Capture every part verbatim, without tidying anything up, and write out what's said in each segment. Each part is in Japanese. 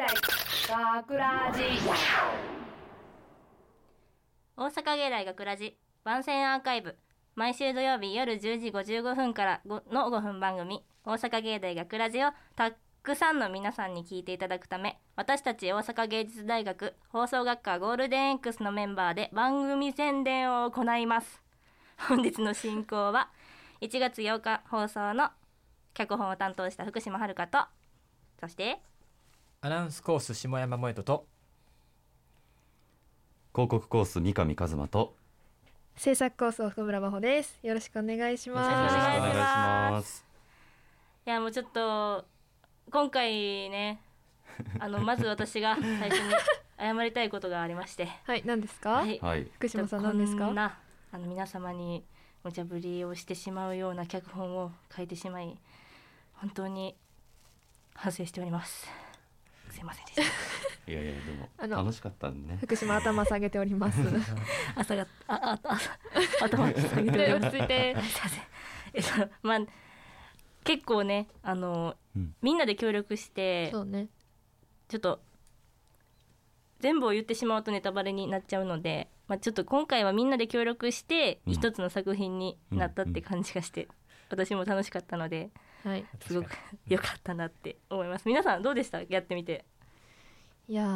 学ラジ大阪芸大学ラジ番宣アーカイブ、毎週土曜日夜じゅうじごじゅうごふんからのごふん番組大阪芸大学ラジをたくさんの皆さんに聞いていただくため、私たち大阪芸術大学放送学科ゴールデン X のメンバーで番組宣伝を行います。本日の進行はいちがつようか放送の脚本を担当した福島遥と、そしてアナウンスコース下山萌人と、 広告コース三上和馬と、 制作コース奥村真帆です。よろしくお願いします。 よろしくお願いします。 お願いします。 いやもうちょっと今回ね、あのまず私が最初に謝りたいことがありましてはい、何ですか？ はい、 はい、 福島さん何ですか？ こんなあの皆様に無茶ぶりをしてしまうような脚本を書いてしまい、本当に反省しております。すいませんでした。 いやいやであのも楽しかったんでね。 福島頭下げております朝があああ頭下げておでります。 落ち着いて。 すいません。えっとまあ結構ね、あの、うん、みんなで協力してそうね、 ちょっと全部を言ってしまうとネタバレになっちゃうので、まあ、ちょっと今回はみんなで協力して一つの作品になったって感じがして、うんうん、私も楽しかったので、はい、すごく良かったなって思います。皆さんどうでした？やってみて。 いや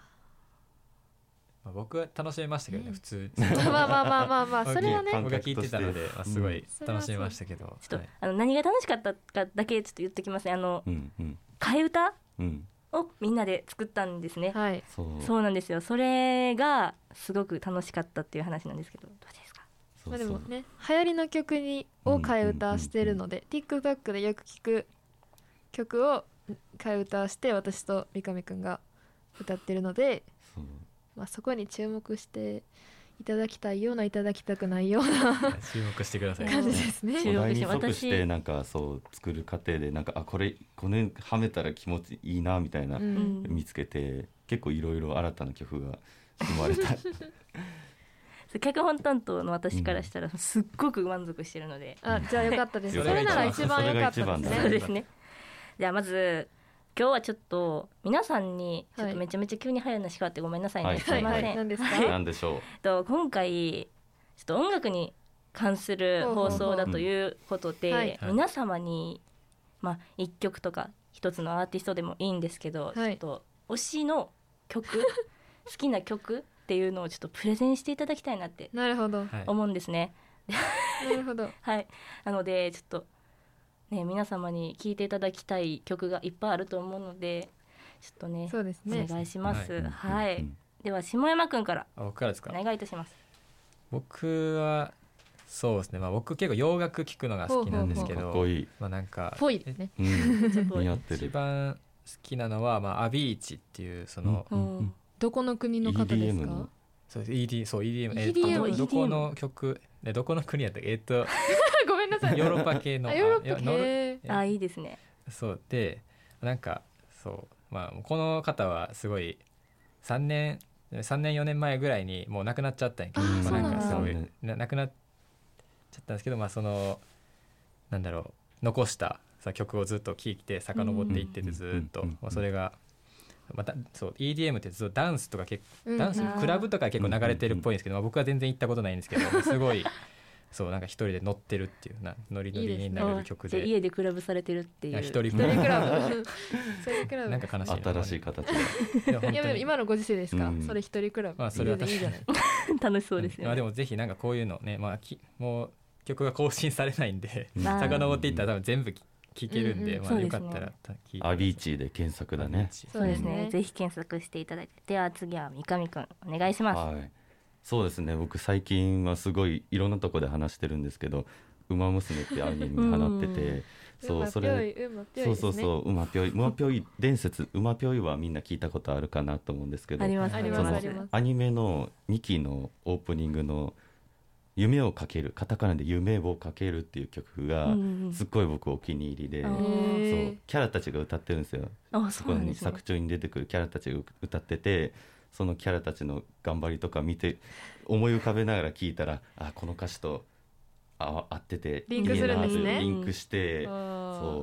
まあ、僕は楽しめましたけどね、うん、普通まあまあまあまあまあそれはね、 僕が聞いてたので、まあ、すごい楽しめましたけど、うん、 ちょっと、はい、あの何が楽しかったかだけちょっと言ってきますね。あの、うんうん、替え歌、うん、をみんなで作ったんですね、はい、そう、そうなんですよ。それがすごく楽しかったっていう話なんですけど、どうですか？ まあ、でもね、流行りの曲にを替え歌してるので、うんうんうんうん、TikTok でよく聞く曲を替え歌して私と三上くんが歌ってるので、そう、まあ、そこに注目していただきたいようないただきたくないような注目してください感じですね。 お題に即してなんかそう作る過程でなんかあこれこれはめたら気持ちいいなみたいな、うん、見つけて結構いろいろ新たな曲が生まれた脚本担当の私からしたらすっごく満足してるので、 うん、あ、じゃあよかったですそれなら一番良かったですね。 そうですね。じゃあまず今日はちょっと皆さんにちょっとめちゃめちゃ急に早い話変わってごめんなさいね、はい、すいません、はい、 何ですか？ 何でしょう。 と今回ちょっと音楽に関する放送だということで、はい、皆様に、まあ、いっきょくとか一つのアーティストでもいいんですけど、はい、ちょっと推しの曲好きな曲っていうのをちょっとプレゼンしていただきたいなって思うんですね。 なるほどはい、なのでちょっとね、皆様に聴いていただきたい曲がいっぱいあると思うのでちょっと ね, そうですねお願いします。はい、はい、では下山くんからお願いいたします。 僕はそうですね、まあ、僕結構洋楽聴くのが好きなんですけど、 かっこいい、 まあ、なんかぽいですね、 うん、似合ってる。 一番好きなのは、まあ、アビーチっていうその、 うんうん、どこの国の方ですか？ イーディーエム のそう イーディー そう イーディーエム、 イーディーエム、 えー、どこの曲でどこの国やったっけ、えっとごめんなさい、 ヨーロッパ系のヨーロッパ系、 あ、いいですね。 そうでなんかそう、まあ、この方はすごいさんねんさんねんよねんまえぐらいにもう亡くなっちゃったんやけど、まあ、なんかすごいな亡くなっちゃったんですけど、まあそのなんだろう残したさ曲をずっと聴いて遡っていっててずっと、まあ、それがまたそう イーディーエム ってずっとダンスとか結構ダンスクラブとか結構流れてるっぽいんですけど、まあ、僕は全然行ったことないんですけどすごいそうなんか一人で乗ってるっていうなノリノリになれる曲で、 いいで家でクラブされてるっていう一人クラブクラブなんか悲しい新しい形でいや今のご時世ですか、うん、それ一人クラブ、 まあ、それはいいじゃない楽しそうですよね、 まあ、でもぜひなんかこういうのね、まあ、きもう曲が更新されないんで遡っていったら多分全部聴けるんで、うんうん、まあ、よかったら聞いてアビーチで検索だね。 そうですね、うん、ぜひ検索していただいて。では次は三上くんお願いします。 はい、そうですね、僕最近はすごいいろんなとこで話してるんですけど、ウマ娘ってアニメにハマっててそうそれそうそうそうウマぴょいウマぴょい伝説ウマぴょいはみんな聞いたことあるかなと思うんですけど、 ありますありますあります。 アニメのにきのオープニングの夢をかけるカタカナで夢をかけるっていう曲がすっごい僕お気に入りで、うん、そうキャラたちが歌ってるんですよ。 あ、そうなんですね。 そこに作中に出てくるキャラたちが歌ってて、そのキャラたちの頑張りとか見て思い浮かべながら聞いたら、あこの歌詞とあ合っててリンクするんですね。 リンクして、そう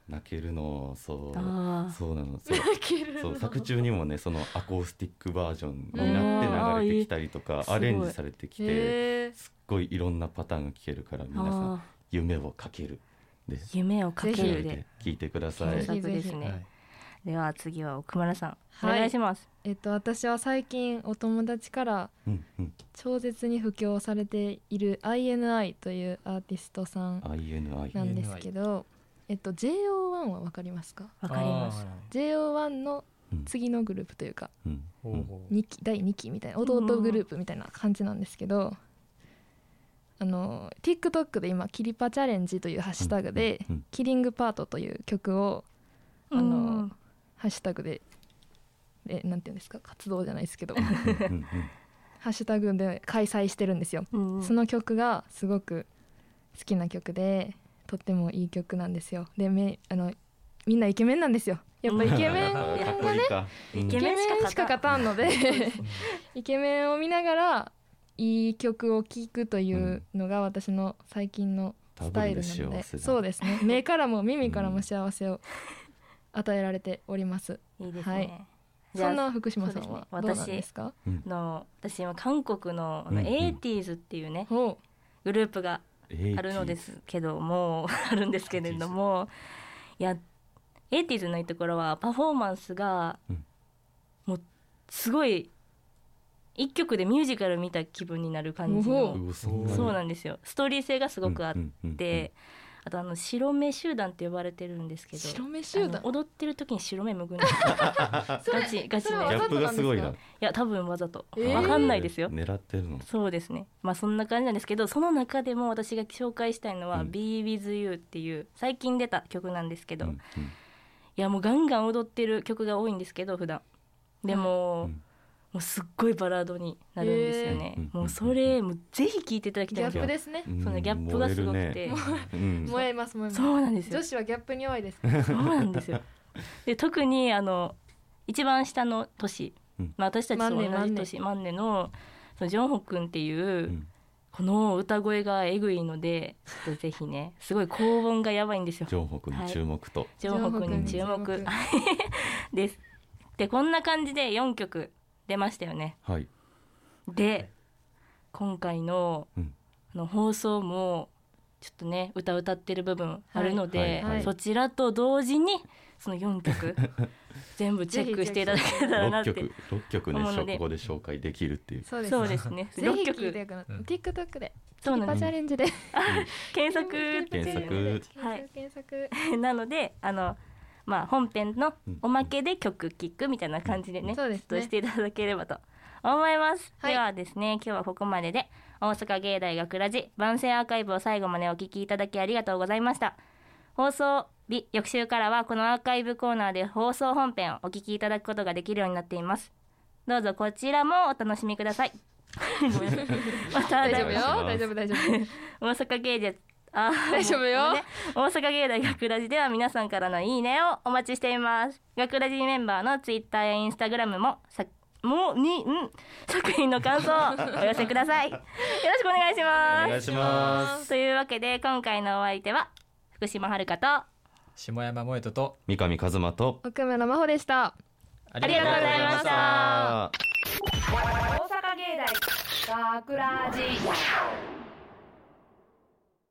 泣けるのそうあそうなのそう泣けるのそう作中にもねそのアコースティックバージョンになって流れてきたりとかーアレンジされてきてへーすっごいいろんなパターンが聞けるから皆さんあ夢をかけるでー夢をかけるで聞いてください。 検索ですね、 はいでは次は奥村さん、 はいお願いします。 えっと私は最近お友達からうんうん、 超絶に布教されている アイエヌアイ というアーティストさんアイエヌアイなんですけど、えっと ジェイオーワン はわかりますか？ わかります。 ジェイオーワン の次のグループというかうんほうほうにきだいにきみたいな弟グループみたいな感じなんですけど、あの TikTok で今キリパチャレンジというハッシュタグでうんうんキリングパートという曲をあのうんハッシュタグででなんていうんですか活動じゃないですけどうんうんハッシュタグで開催してるんですよ。 うんその曲がすごく好きな曲でとってもいい曲なんですよ。でめあのみんなイケメンなんですよ。やっぱイケメンかっこいいか、うんイケメンしか勝たんのでイケメンを見ながらいい曲を聴くというのが私の最近のスタイルなので、 ダブルで幸せだそうですね目からも耳からも幸せを与えられております、 いいですね、 はいじゃあそんな福島さんそうはどうですねなんですか？ の私今韓国のあのうんうんエイティーズっていうね、 ほグループがエイティーズあるのですけどもあるんですけれども、いやエイティーズのいいところはパフォーマンスがうんもうすごい一曲でミュージカル見た気分になる感じおの、 うおそんなにそうなんですよ。ストーリー性がすごくあっうんうんうんて、あとあの白目集団って呼ばれてるんですけど、 白目集団あの踊ってる時に白目むぐんですよガチガチで、 それはいギャップがすごいな。 いや多分わざと、 えーわかんないですよ。 狙ってるの。 そうですね、まあそんな感じなんですけど、その中でも私が紹介したいのは「 うん Be With You」っていう最近出た曲なんですけど、いうんうんやもうガンガン踊ってる曲が多いんですけど普段でも、 うんもうすっごいバラードになるんですよね、 えーもうそれもうぜひ聴いていただきたいんですよ。 ギャップですね。 うんそのギャップがすごくて、 燃えるねうん燃えます燃えます。 そうなんですよ女子はギャップに弱いです。 そうなんですよ。で特にあの一番下の年、 うんまあ、私たちと同じマンネ年マンネのそのジョンホ君っていう、 うんこの歌声がえぐいのでちょっとぜひね、すごい高音がやばいんですよ。 ジョンホクに注目と。 ジョンホ君に注ジョンホ目君です。でこんな感じでよんきょく出ましたよね。 はい。 で今回の,、 うんあの放送もちょっとね歌歌ってる部分あるので、 はいはいはいそちらと同時にそのよんきょく全部チェックしていただけたらな六って曲六曲ね思うのでここで紹介できるっていう。 そうです。 そうですねろっきょぜひ聞いてくください。 うん TikTok でそうなんですキリパチャレンジで検索検索はい検索。 なのであの、まあ、本編のおまけで曲聴くみたいな感じでね、 そうですねちょっとしていただければと思います、 はいではですね今日はここまでで大阪芸大学ラジ番宣アーカイブを最後までお聞きいただきありがとうございました。放送日翌週からはこのアーカイブコーナーで放送本編をお聞きいただくことができるようになっています。どうぞこちらもお楽しみくださいごめんなさいまた大丈夫よ。 お願いします大丈夫大丈夫。 大阪芸術あー大丈夫よもうね大阪芸大学ラジでは皆さんからのいいねをお待ちしています。学ラジメンバーのツイッターやインスタグラムもさもうに、うん、作品の感想をお寄せくださいよろしくお願いしおま願いします。 というわけで今回のお相手は福島遥と下山萌人と三上和馬と奥村真帆でした。 あありがとうございましたあ大阪芸大学ラジ